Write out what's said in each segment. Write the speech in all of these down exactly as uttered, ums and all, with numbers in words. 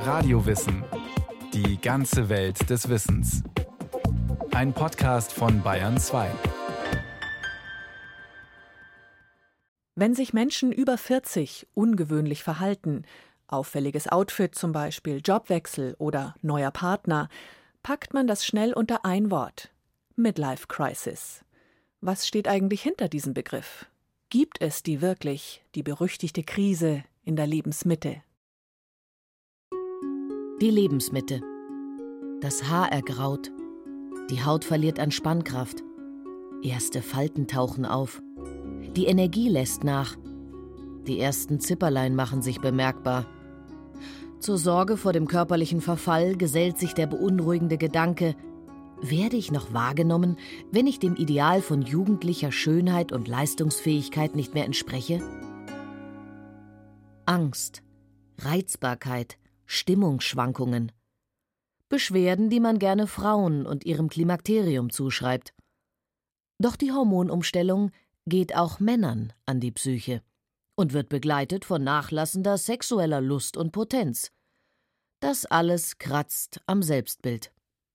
Radiowissen. Die ganze Welt des Wissens. Ein Podcast von Bayern zwei. Wenn sich Menschen über vierzig ungewöhnlich verhalten, auffälliges Outfit zum Beispiel, Jobwechsel oder neuer Partner, packt man das schnell unter ein Wort: Midlife Crisis. Was steht eigentlich hinter diesem Begriff? Gibt es die wirklich, die berüchtigte Krise in der Lebensmitte? Die Lebensmitte. Das Haar ergraut. Die Haut verliert an Spannkraft. Erste Falten tauchen auf. Die Energie lässt nach. Die ersten Zipperlein machen sich bemerkbar. Zur Sorge vor dem körperlichen Verfall gesellt sich der beunruhigende Gedanke: Werde ich noch wahrgenommen, wenn ich dem Ideal von jugendlicher Schönheit und Leistungsfähigkeit nicht mehr entspreche? Angst, Reizbarkeit, Stimmungsschwankungen. Beschwerden, die man gerne Frauen und ihrem Klimakterium zuschreibt. Doch die Hormonumstellung geht auch Männern an die Psyche und wird begleitet von nachlassender sexueller Lust und Potenz. Das alles kratzt am Selbstbild.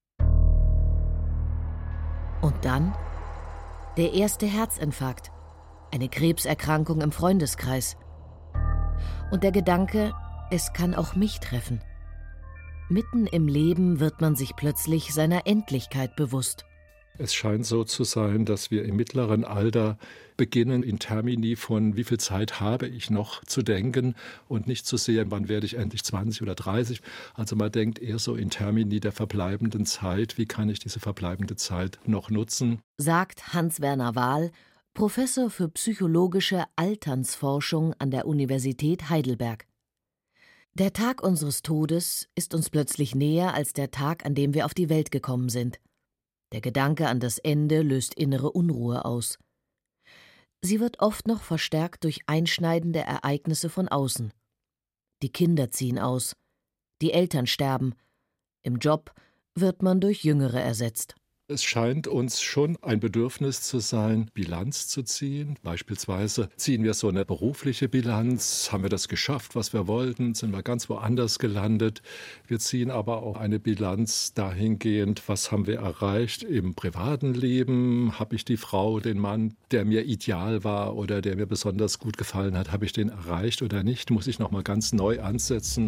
Und dann der erste Herzinfarkt, eine Krebserkrankung im Freundeskreis. Und der Gedanke, es kann auch mich treffen. Mitten im Leben wird man sich plötzlich seiner Endlichkeit bewusst. Es scheint so zu sein, dass wir im mittleren Alter beginnen, in Termini von wie viel Zeit habe ich noch zu denken und nicht zu sehen, wann werde ich endlich zwanzig oder dreißig. Also man denkt eher so in Termini der verbleibenden Zeit. Wie kann ich diese verbleibende Zeit noch nutzen? Sagt Hans-Werner Wahl, Professor für psychologische Alternsforschung an der Universität Heidelberg. Der Tag unseres Todes ist uns plötzlich näher als der Tag, an dem wir auf die Welt gekommen sind. Der Gedanke an das Ende löst innere Unruhe aus. Sie wird oft noch verstärkt durch einschneidende Ereignisse von außen. Die Kinder ziehen aus, die Eltern sterben, im Job wird man durch Jüngere ersetzt. Es scheint uns schon ein Bedürfnis zu sein, Bilanz zu ziehen. Beispielsweise ziehen wir so eine berufliche Bilanz. Haben wir das geschafft, was wir wollten? Sind wir ganz woanders gelandet? Wir ziehen aber auch eine Bilanz dahingehend, was haben wir erreicht im privaten Leben? Habe ich die Frau, den Mann, der mir ideal war oder der mir besonders gut gefallen hat, habe ich den erreicht oder nicht? Muss ich noch mal ganz neu ansetzen?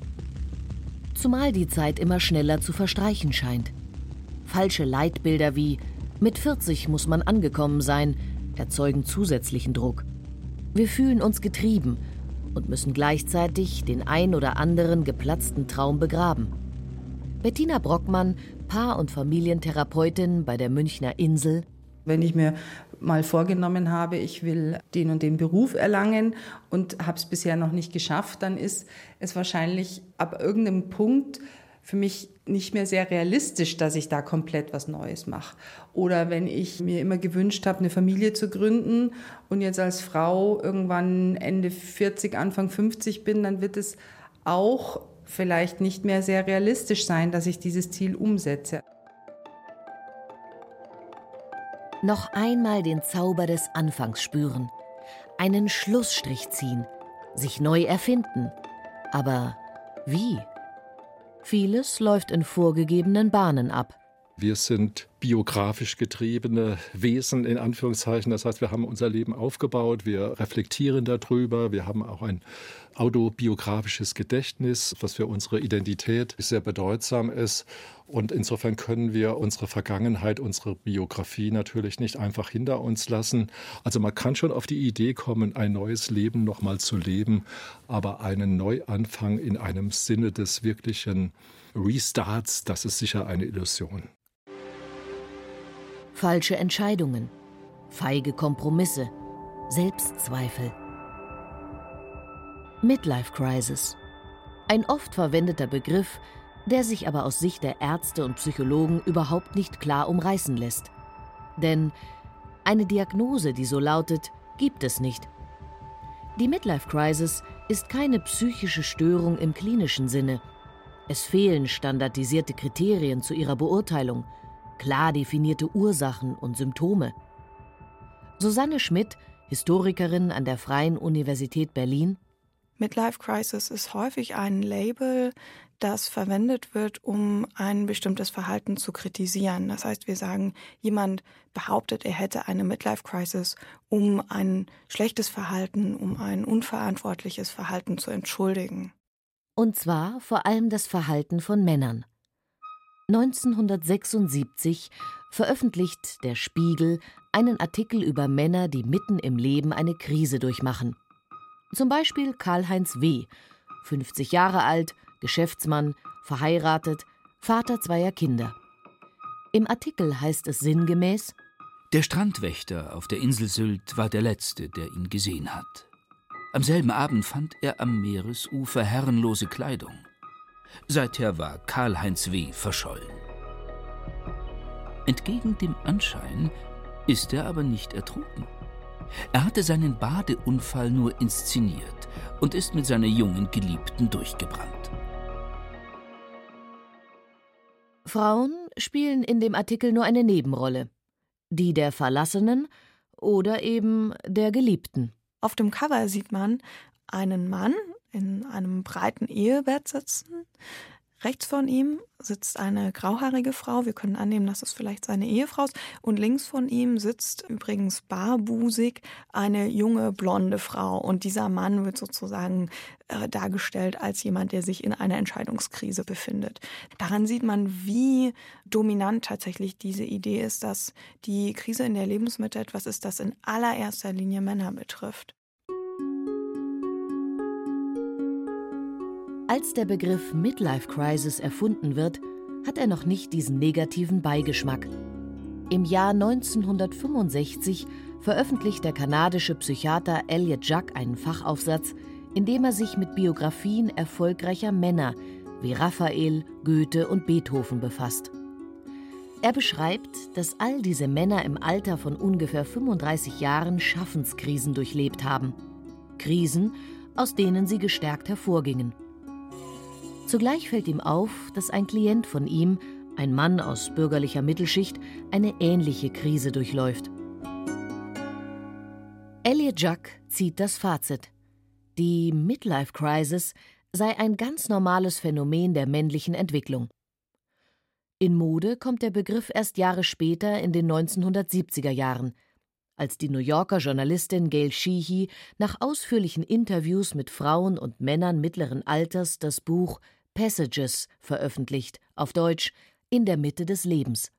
Zumal die Zeit immer schneller zu verstreichen scheint. Falsche Leitbilder wie „mit vierzig muss man angekommen sein" erzeugen zusätzlichen Druck. Wir fühlen uns getrieben und müssen gleichzeitig den ein oder anderen geplatzten Traum begraben. Bettina Brockmann, Paar- und Familientherapeutin bei der Münchner Insel: Wenn ich mir mal vorgenommen habe, ich will den und den Beruf erlangen und habe es bisher noch nicht geschafft, dann ist es wahrscheinlich ab irgendeinem Punkt für mich nicht mehr sehr realistisch, dass ich da komplett was Neues mache. Oder wenn ich mir immer gewünscht habe, eine Familie zu gründen und jetzt als Frau irgendwann Ende vierzig, Anfang fünfzig bin, dann wird es auch vielleicht nicht mehr sehr realistisch sein, dass ich dieses Ziel umsetze. Noch einmal den Zauber des Anfangs spüren, einen Schlussstrich ziehen, sich neu erfinden. Aber wie? Vieles läuft in vorgegebenen Bahnen ab. Wir sind biografisch getriebene Wesen, in Anführungszeichen. Das heißt, wir haben unser Leben aufgebaut, wir reflektieren darüber, wir haben auch ein autobiografisches Gedächtnis, was für unsere Identität sehr bedeutsam ist. Und insofern können wir unsere Vergangenheit, unsere Biografie natürlich nicht einfach hinter uns lassen. Also man kann schon auf die Idee kommen, ein neues Leben nochmal zu leben, aber einen Neuanfang in einem Sinne des wirklichen Restarts, das ist sicher eine Illusion. Falsche Entscheidungen, feige Kompromisse, Selbstzweifel. Midlife Crisis. Ein oft verwendeter Begriff, der sich aber aus Sicht der Ärzte und Psychologen überhaupt nicht klar umreißen lässt. Denn eine Diagnose, die so lautet, gibt es nicht. Die Midlife Crisis ist keine psychische Störung im klinischen Sinne. Es fehlen standardisierte Kriterien zu ihrer Beurteilung, klar definierte Ursachen und Symptome. Susanne Schmidt, Historikerin an der Freien Universität Berlin: Midlife Crisis ist häufig ein Label, das verwendet wird, um ein bestimmtes Verhalten zu kritisieren. Das heißt, wir sagen, jemand behauptet, er hätte eine Midlife-Crisis, um ein schlechtes Verhalten, um ein unverantwortliches Verhalten zu entschuldigen. Und zwar vor allem das Verhalten von Männern. neunzehnhundertsechsundsiebzig veröffentlicht der Spiegel einen Artikel über Männer, die mitten im Leben eine Krise durchmachen. Zum Beispiel Karl-Heinz W., fünfzig Jahre alt, Geschäftsmann, verheiratet, Vater zweier Kinder. Im Artikel heißt es sinngemäß: Der Strandwächter auf der Insel Sylt war der Letzte, der ihn gesehen hat. Am selben Abend fand er am Meeresufer herrenlose Kleidung. Seither war Karl-Heinz W. verschollen. Entgegen dem Anschein ist er aber nicht ertrunken. Er hatte seinen Badeunfall nur inszeniert und ist mit seiner jungen Geliebten durchgebrannt. Frauen spielen in dem Artikel nur eine Nebenrolle. Die der Verlassenen oder eben der Geliebten. Auf dem Cover sieht man einen Mann in einem breiten Ehebett sitzen. Rechts von ihm sitzt eine grauhaarige Frau. Wir können annehmen, dass es vielleicht seine Ehefrau ist. Und links von ihm sitzt übrigens barbusig eine junge, blonde Frau. Und dieser Mann wird sozusagen äh, dargestellt als jemand, der sich in einer Entscheidungskrise befindet. Daran sieht man, wie dominant tatsächlich diese Idee ist, dass die Krise in der Lebensmitte etwas ist, das in allererster Linie Männer betrifft. Als der Begriff Midlife Crisis erfunden wird, hat er noch nicht diesen negativen Beigeschmack. Im Jahr neunzehnhundertfünfundsechzig veröffentlicht der kanadische Psychiater Elliot Jaques einen Fachaufsatz, in dem er sich mit Biografien erfolgreicher Männer wie Raphael, Goethe und Beethoven befasst. Er beschreibt, dass all diese Männer im Alter von ungefähr fünfunddreißig Jahren Schaffenskrisen durchlebt haben. Krisen, aus denen sie gestärkt hervorgingen. Zugleich fällt ihm auf, dass ein Klient von ihm, ein Mann aus bürgerlicher Mittelschicht, eine ähnliche Krise durchläuft. Elliot Jaques zieht das Fazit: Die Midlife Crisis sei ein ganz normales Phänomen der männlichen Entwicklung. In Mode kommt der Begriff erst Jahre später, in den neunzehnhundertsiebziger Jahren, als die New Yorker Journalistin Gail Sheehy nach ausführlichen Interviews mit Frauen und Männern mittleren Alters das Buch Passages veröffentlicht, auf Deutsch In der Mitte des Lebens.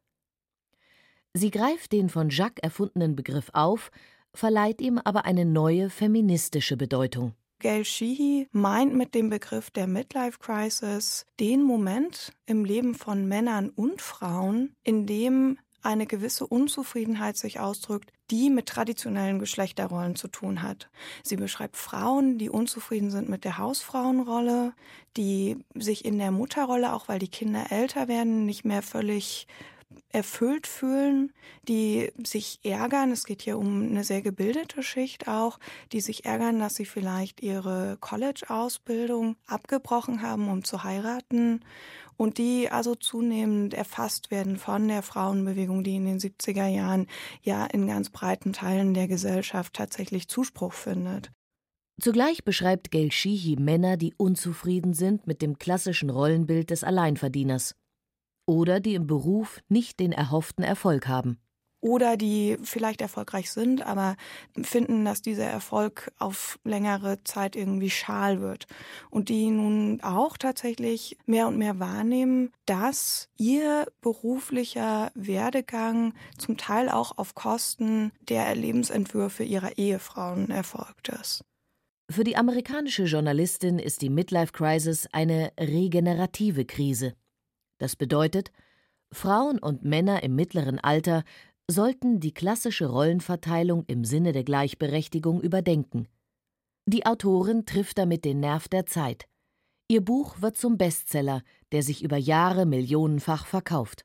Sie greift den von Jaques erfundenen Begriff auf, verleiht ihm aber eine neue feministische Bedeutung. Gail Sheehy meint mit dem Begriff der Midlife Crisis den Moment im Leben von Männern und Frauen, in dem eine gewisse Unzufriedenheit sich ausdrückt, die mit traditionellen Geschlechterrollen zu tun hat. Sie beschreibt Frauen, die unzufrieden sind mit der Hausfrauenrolle, die sich in der Mutterrolle, auch weil die Kinder älter werden, nicht mehr völlig erfüllt fühlen, die sich ärgern, es geht hier um eine sehr gebildete Schicht auch, die sich ärgern, dass sie vielleicht ihre College-Ausbildung abgebrochen haben, um zu heiraten, und die also zunehmend erfasst werden von der Frauenbewegung, die in den siebziger Jahren ja in ganz breiten Teilen der Gesellschaft tatsächlich Zuspruch findet. Zugleich beschreibt Gail Sheehy Männer, die unzufrieden sind mit dem klassischen Rollenbild des Alleinverdieners oder die im Beruf nicht den erhofften Erfolg haben. Oder die vielleicht erfolgreich sind, aber finden, dass dieser Erfolg auf längere Zeit irgendwie schal wird. Und die nun auch tatsächlich mehr und mehr wahrnehmen, dass ihr beruflicher Werdegang zum Teil auch auf Kosten der Lebensentwürfe ihrer Ehefrauen erfolgt ist. Für die amerikanische Journalistin ist die Midlife Crisis eine regenerative Krise. Das bedeutet, Frauen und Männer im mittleren Alter sollten die klassische Rollenverteilung im Sinne der Gleichberechtigung überdenken. Die Autorin trifft damit den Nerv der Zeit. Ihr Buch wird zum Bestseller, der sich über Jahre millionenfach verkauft.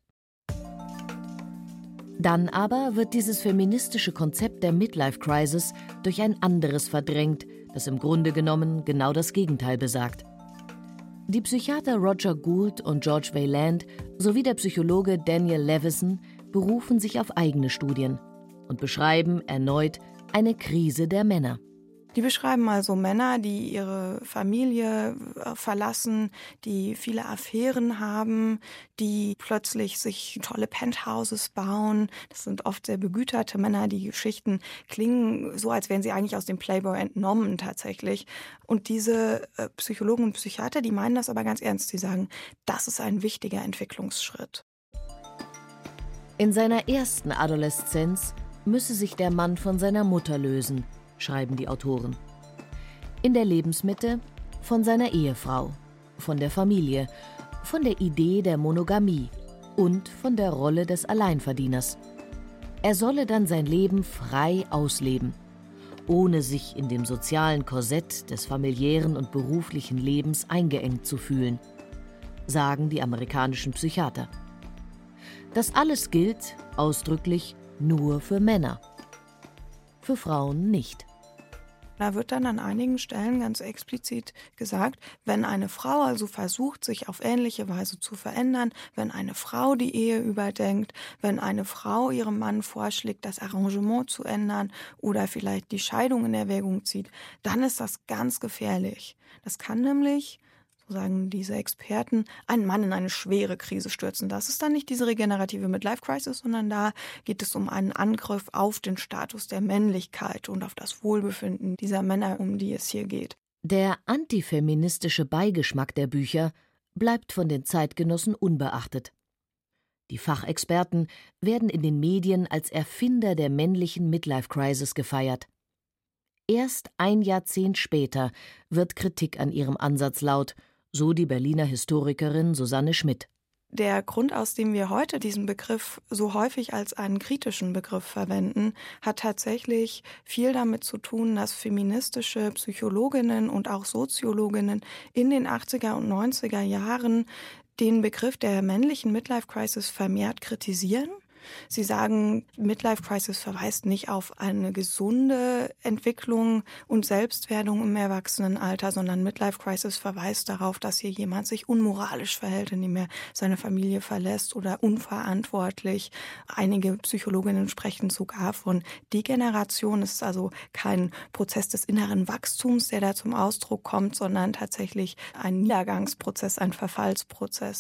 Dann aber wird dieses feministische Konzept der Midlife Crisis durch ein anderes verdrängt, das im Grunde genommen genau das Gegenteil besagt. Die Psychiater Roger Gould und George Vaillant sowie der Psychologe Daniel Levison berufen sich auf eigene Studien und beschreiben erneut eine Krise der Männer. Die beschreiben also Männer, die ihre Familie verlassen, die viele Affären haben, die plötzlich sich tolle Penthouses bauen. Das sind oft sehr begüterte Männer. Die Geschichten klingen so, als wären sie eigentlich aus dem Playboy entnommen tatsächlich. Und diese äh, Psychologen und Psychiater, die meinen das aber ganz ernst. Sie sagen, das ist ein wichtiger Entwicklungsschritt. In seiner ersten Adoleszenz müsse sich der Mann von seiner Mutter lösen, schreiben die Autoren. In der Lebensmitte von seiner Ehefrau, von der Familie, von der Idee der Monogamie und von der Rolle des Alleinverdieners. Er solle dann sein Leben frei ausleben, ohne sich in dem sozialen Korsett des familiären und beruflichen Lebens eingeengt zu fühlen, sagen die amerikanischen Psychiater. Das alles gilt ausdrücklich nur für Männer, für Frauen nicht. Da wird dann an einigen Stellen ganz explizit gesagt, wenn eine Frau also versucht, sich auf ähnliche Weise zu verändern, wenn eine Frau die Ehe überdenkt, wenn eine Frau ihrem Mann vorschlägt, das Arrangement zu ändern oder vielleicht die Scheidung in Erwägung zieht, dann ist das ganz gefährlich. Das kann nämlich, so sagen diese Experten, einen Mann in eine schwere Krise stürzen. Das ist dann nicht diese regenerative Midlife-Crisis, sondern da geht es um einen Angriff auf den Status der Männlichkeit und auf das Wohlbefinden dieser Männer, um die es hier geht. Der antifeministische Beigeschmack der Bücher bleibt von den Zeitgenossen unbeachtet. Die Fachexperten werden in den Medien als Erfinder der männlichen Midlife-Crisis gefeiert. Erst ein Jahrzehnt später wird Kritik an ihrem Ansatz laut, so die Berliner Historikerin Susanne Schmidt. Der Grund, aus dem wir heute diesen Begriff so häufig als einen kritischen Begriff verwenden, hat tatsächlich viel damit zu tun, dass feministische Psychologinnen und auch Soziologinnen in den achtziger und neunziger Jahren den Begriff der männlichen Midlife-Crisis vermehrt kritisieren. Sie sagen, Midlife-Crisis verweist nicht auf eine gesunde Entwicklung und Selbstwerdung im Erwachsenenalter, sondern Midlife-Crisis verweist darauf, dass hier jemand sich unmoralisch verhält, indem er seine Familie verlässt oder unverantwortlich. Einige Psychologinnen sprechen sogar von Degeneration. Es ist also kein Prozess des inneren Wachstums, der da zum Ausdruck kommt, sondern tatsächlich ein Niedergangsprozess, ein Verfallsprozess.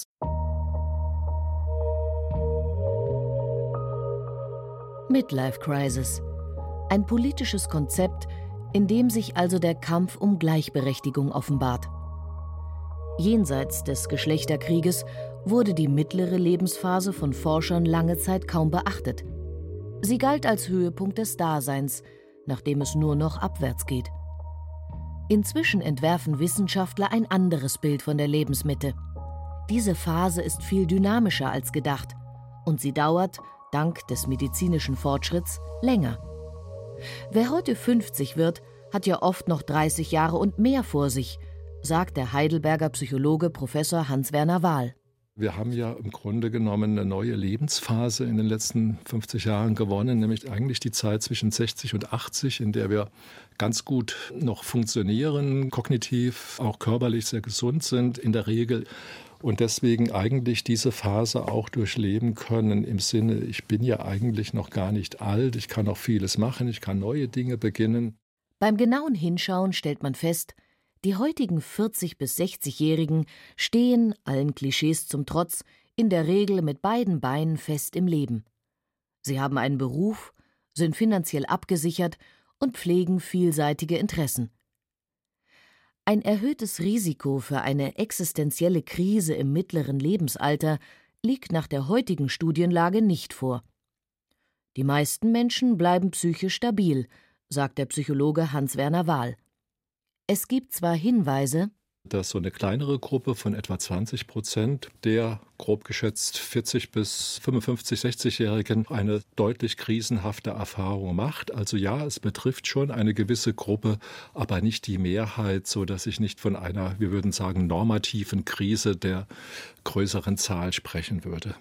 Midlife Crisis. Ein politisches Konzept, in dem sich also der Kampf um Gleichberechtigung offenbart. Jenseits des Geschlechterkrieges wurde die mittlere Lebensphase von Forschern lange Zeit kaum beachtet. Sie galt als Höhepunkt des Daseins, nachdem es nur noch abwärts geht. Inzwischen entwerfen Wissenschaftler ein anderes Bild von der Lebensmitte. Diese Phase ist viel dynamischer als gedacht und sie dauert, dank des medizinischen Fortschritts, länger. Wer heute fünfzig wird, hat ja oft noch dreißig Jahre und mehr vor sich, sagt der Heidelberger Psychologe Professor Hans-Werner Wahl. Wir haben ja im Grunde genommen eine neue Lebensphase in den letzten fünfzig Jahren gewonnen, nämlich eigentlich die Zeit zwischen sechzig und achtzig, in der wir ganz gut noch funktionieren, kognitiv, auch körperlich sehr gesund sind in der Regel. Und deswegen eigentlich diese Phase auch durchleben können im Sinne, ich bin ja eigentlich noch gar nicht alt, ich kann noch vieles machen, ich kann neue Dinge beginnen. Beim genauen Hinschauen stellt man fest, die heutigen vierzig- bis sechzigjährigen stehen, allen Klischees zum Trotz, in der Regel mit beiden Beinen fest im Leben. Sie haben einen Beruf, sind finanziell abgesichert und pflegen vielseitige Interessen. Ein erhöhtes Risiko für eine existenzielle Krise im mittleren Lebensalter liegt nach der heutigen Studienlage nicht vor. Die meisten Menschen bleiben psychisch stabil, sagt der Psychologe Hans-Werner Wahl. Es gibt zwar Hinweise, dass so eine kleinere Gruppe von etwa zwanzig Prozent der grob geschätzt vierzig bis fünfundfünfzig, sechzigjährigen eine deutlich krisenhafte Erfahrung macht. Also ja, es betrifft schon eine gewisse Gruppe, aber nicht die Mehrheit, so dass ich nicht von einer, wir würden sagen, normativen Krise der größeren Zahl sprechen würde.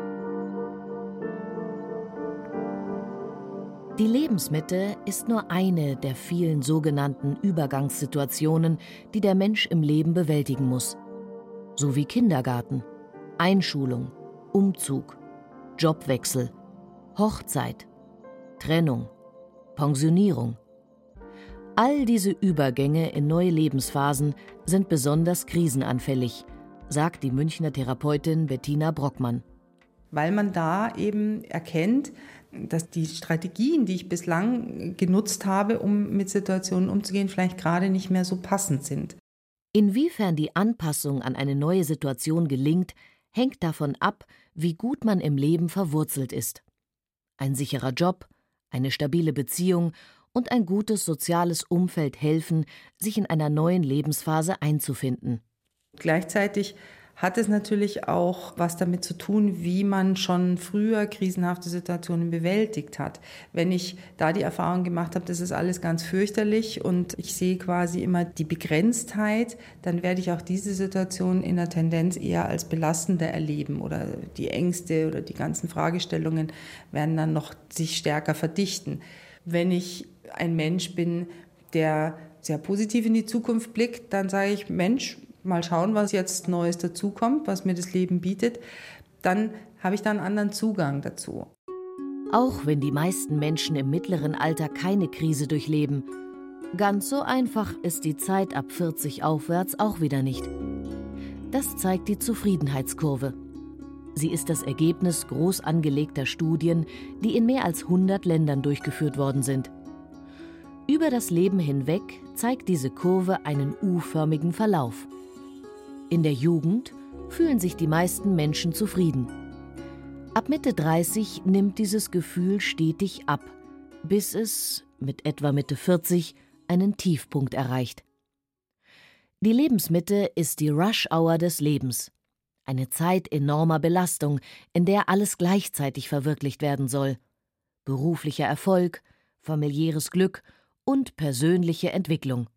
Die Lebensmitte ist nur eine der vielen sogenannten Übergangssituationen, die der Mensch im Leben bewältigen muss. So wie Kindergarten, Einschulung, Umzug, Jobwechsel, Hochzeit, Trennung, Pensionierung. All diese Übergänge in neue Lebensphasen sind besonders krisenanfällig, sagt die Münchner Therapeutin Bettina Brockmann. Weil man da eben erkennt, dass die Strategien, die ich bislang genutzt habe, um mit Situationen umzugehen, vielleicht gerade nicht mehr so passend sind. Inwiefern die Anpassung an eine neue Situation gelingt, hängt davon ab, wie gut man im Leben verwurzelt ist. Ein sicherer Job, eine stabile Beziehung und ein gutes soziales Umfeld helfen, sich in einer neuen Lebensphase einzufinden. Gleichzeitig hat es natürlich auch was damit zu tun, wie man schon früher krisenhafte Situationen bewältigt hat. Wenn ich da die Erfahrung gemacht habe, das ist alles ganz fürchterlich und ich sehe quasi immer die Begrenztheit, dann werde ich auch diese Situation in der Tendenz eher als belastender erleben oder die Ängste oder die ganzen Fragestellungen werden dann noch sich stärker verdichten. Wenn ich ein Mensch bin, der sehr positiv in die Zukunft blickt, dann sage ich, Mensch, mal schauen, was jetzt Neues dazukommt, was mir das Leben bietet, dann habe ich da einen anderen Zugang dazu. Auch wenn die meisten Menschen im mittleren Alter keine Krise durchleben, ganz so einfach ist die Zeit ab vierzig aufwärts auch wieder nicht. Das zeigt die Zufriedenheitskurve. Sie ist das Ergebnis groß angelegter Studien, die in mehr als hundert Ländern durchgeführt worden sind. Über das Leben hinweg zeigt diese Kurve einen U-förmigen Verlauf. In der Jugend fühlen sich die meisten Menschen zufrieden. Ab Mitte dreißig nimmt dieses Gefühl stetig ab, bis es, mit etwa Mitte vierzig, einen Tiefpunkt erreicht. Die Lebensmitte ist die Rush-Hour des Lebens. Eine Zeit enormer Belastung, in der alles gleichzeitig verwirklicht werden soll. Beruflicher Erfolg, familiäres Glück und persönliche Entwicklung.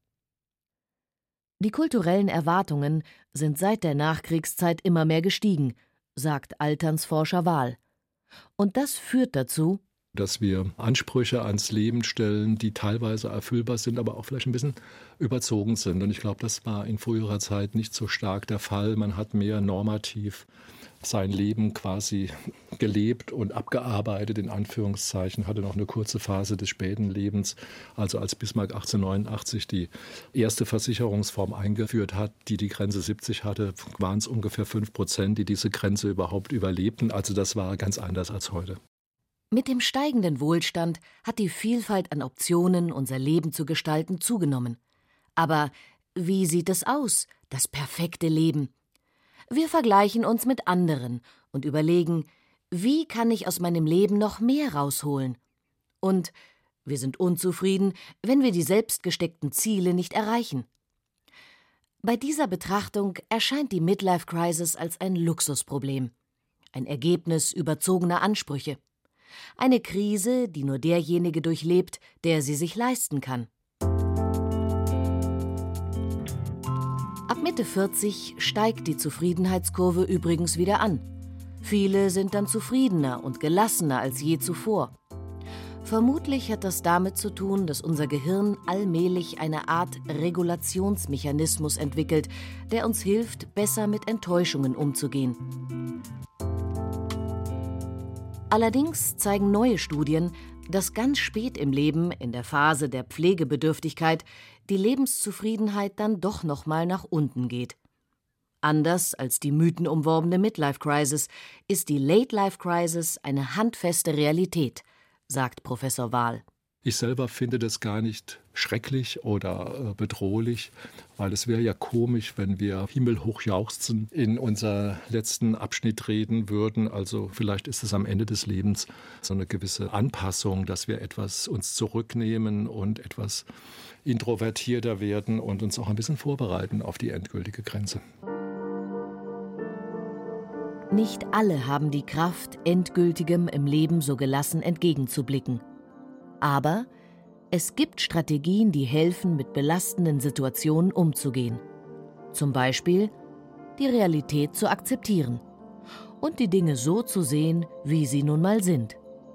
Die kulturellen Erwartungen sind seit der Nachkriegszeit immer mehr gestiegen, sagt Alternsforscher Wahl. Und das führt dazu, dass wir Ansprüche ans Leben stellen, die teilweise erfüllbar sind, aber auch vielleicht ein bisschen überzogen sind. Und ich glaube, das war in früherer Zeit nicht so stark der Fall. Man hat mehr normativ sein Leben quasi gelebt und abgearbeitet, in Anführungszeichen, hatte noch eine kurze Phase des späten Lebens. Also als Bismarck achtzehnhundertneunundachtzig die erste Versicherungsform eingeführt hat, die die Grenze siebzig hatte, waren es ungefähr fünf Prozent, die diese Grenze überhaupt überlebten. Also das war ganz anders als heute. Mit dem steigenden Wohlstand hat die Vielfalt an Optionen, unser Leben zu gestalten, zugenommen. Aber wie sieht es aus, das perfekte Leben? Wir vergleichen uns mit anderen und überlegen, wie kann ich aus meinem Leben noch mehr rausholen? Und wir sind unzufrieden, wenn wir die selbst gesteckten Ziele nicht erreichen. Bei dieser Betrachtung erscheint die Midlife-Crisis als ein Luxusproblem, ein Ergebnis überzogener Ansprüche. Eine Krise, die nur derjenige durchlebt, der sie sich leisten kann. Ab Mitte vierzig steigt die Zufriedenheitskurve übrigens wieder an. Viele sind dann zufriedener und gelassener als je zuvor. Vermutlich hat das damit zu tun, dass unser Gehirn allmählich eine Art Regulationsmechanismus entwickelt, der uns hilft, besser mit Enttäuschungen umzugehen. Allerdings zeigen neue Studien, dass ganz spät im Leben, in der Phase der Pflegebedürftigkeit, die Lebenszufriedenheit dann doch noch mal nach unten geht. Anders als die mythenumworbene Midlife-Crisis ist die Late-Life-Crisis eine handfeste Realität, sagt Professor Wahl. Ich selber finde das gar nicht schrecklich oder äh, bedrohlich, weil es wäre ja komisch, wenn wir himmelhoch jauchzend in unser letzten Abschnitt reden würden. Also vielleicht ist es am Ende des Lebens so eine gewisse Anpassung, dass wir etwas uns zurücknehmen und etwas introvertierter werden und uns auch ein bisschen vorbereiten auf die endgültige Grenze. Nicht alle haben die Kraft, Endgültigem im Leben so gelassen entgegenzublicken. Aber es gibt Strategien, die helfen, mit belastenden Situationen umzugehen. Zum Beispiel die Realität zu akzeptieren und die Dinge so zu sehen, wie sie nun mal sind.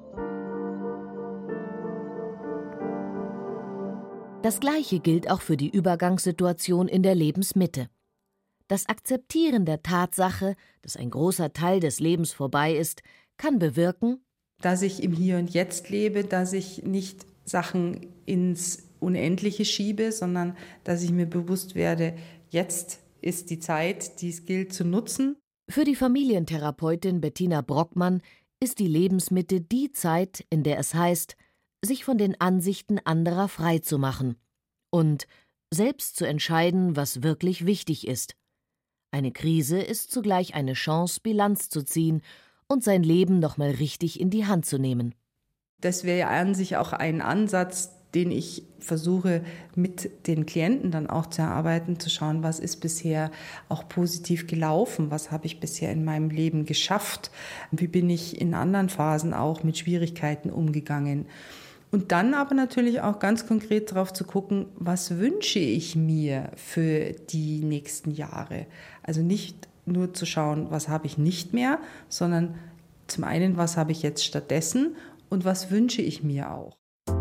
Das Gleiche gilt auch für die Übergangssituation in der Lebensmitte. Das Akzeptieren der Tatsache, dass ein großer Teil des Lebens vorbei ist, kann bewirken, dass ich im Hier und Jetzt lebe, dass ich nicht Sachen ins Unendliche schiebe, sondern dass ich mir bewusst werde, jetzt ist die Zeit, die es gilt zu nutzen. Für die Familientherapeutin Bettina Brockmann ist die Lebensmitte die Zeit, in der es heißt, sich von den Ansichten anderer frei zu machen und selbst zu entscheiden, was wirklich wichtig ist. Eine Krise ist zugleich eine Chance, Bilanz zu ziehen und sein Leben nochmal richtig in die Hand zu nehmen. Das wäre ja an sich auch ein Ansatz, den ich versuche mit den Klienten dann auch zu erarbeiten, zu schauen, was ist bisher auch positiv gelaufen, was habe ich bisher in meinem Leben geschafft, wie bin ich in anderen Phasen auch mit Schwierigkeiten umgegangen. Und dann aber natürlich auch ganz konkret darauf zu gucken, was wünsche ich mir für die nächsten Jahre. Also nicht nur zu schauen, was habe ich nicht mehr, sondern zum einen, was habe ich jetzt stattdessen und was wünsche ich mir auch.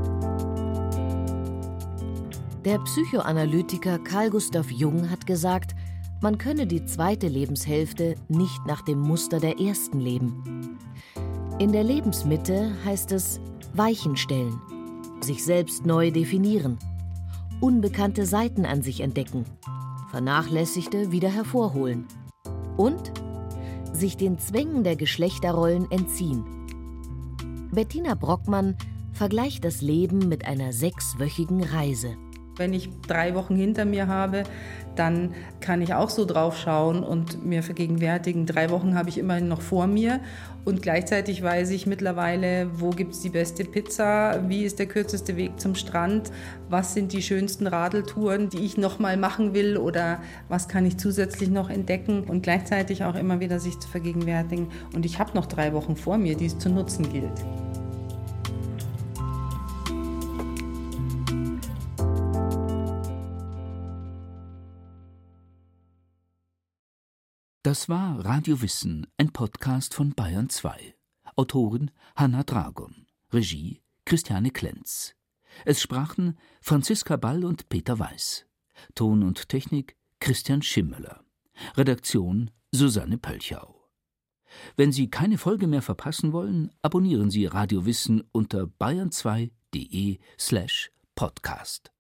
Der Psychoanalytiker Carl Gustav Jung hat gesagt, man könne die zweite Lebenshälfte nicht nach dem Muster der ersten leben. In der Lebensmitte heißt es Weichen stellen, sich selbst neu definieren, unbekannte Seiten an sich entdecken, vernachlässigte wieder hervorholen und sich den Zwängen der Geschlechterrollen entziehen. Bettina Brockmann vergleicht das Leben mit einer sechswöchigen Reise. Wenn ich drei Wochen hinter mir habe, dann kann ich auch so drauf schauen und mir vergegenwärtigen, drei Wochen habe ich immerhin noch vor mir und gleichzeitig weiß ich mittlerweile, wo gibt es die beste Pizza, wie ist der kürzeste Weg zum Strand, was sind die schönsten Radeltouren, die ich noch mal machen will oder was kann ich zusätzlich noch entdecken und gleichzeitig auch immer wieder sich zu vergegenwärtigen und ich habe noch drei Wochen vor mir, die es zu nutzen gilt. Das war Radio Wissen, ein Podcast von Bayern zwei. Autorin Hanna Dragon, Regie Christiane Klenz. Es sprachen Franziska Ball und Peter Weiß. Ton und Technik Christian Schimmöller. Redaktion Susanne Pölchau. Wenn Sie keine Folge mehr verpassen wollen, abonnieren Sie Radio Wissen unter bayern zwei punkt de slash podcast.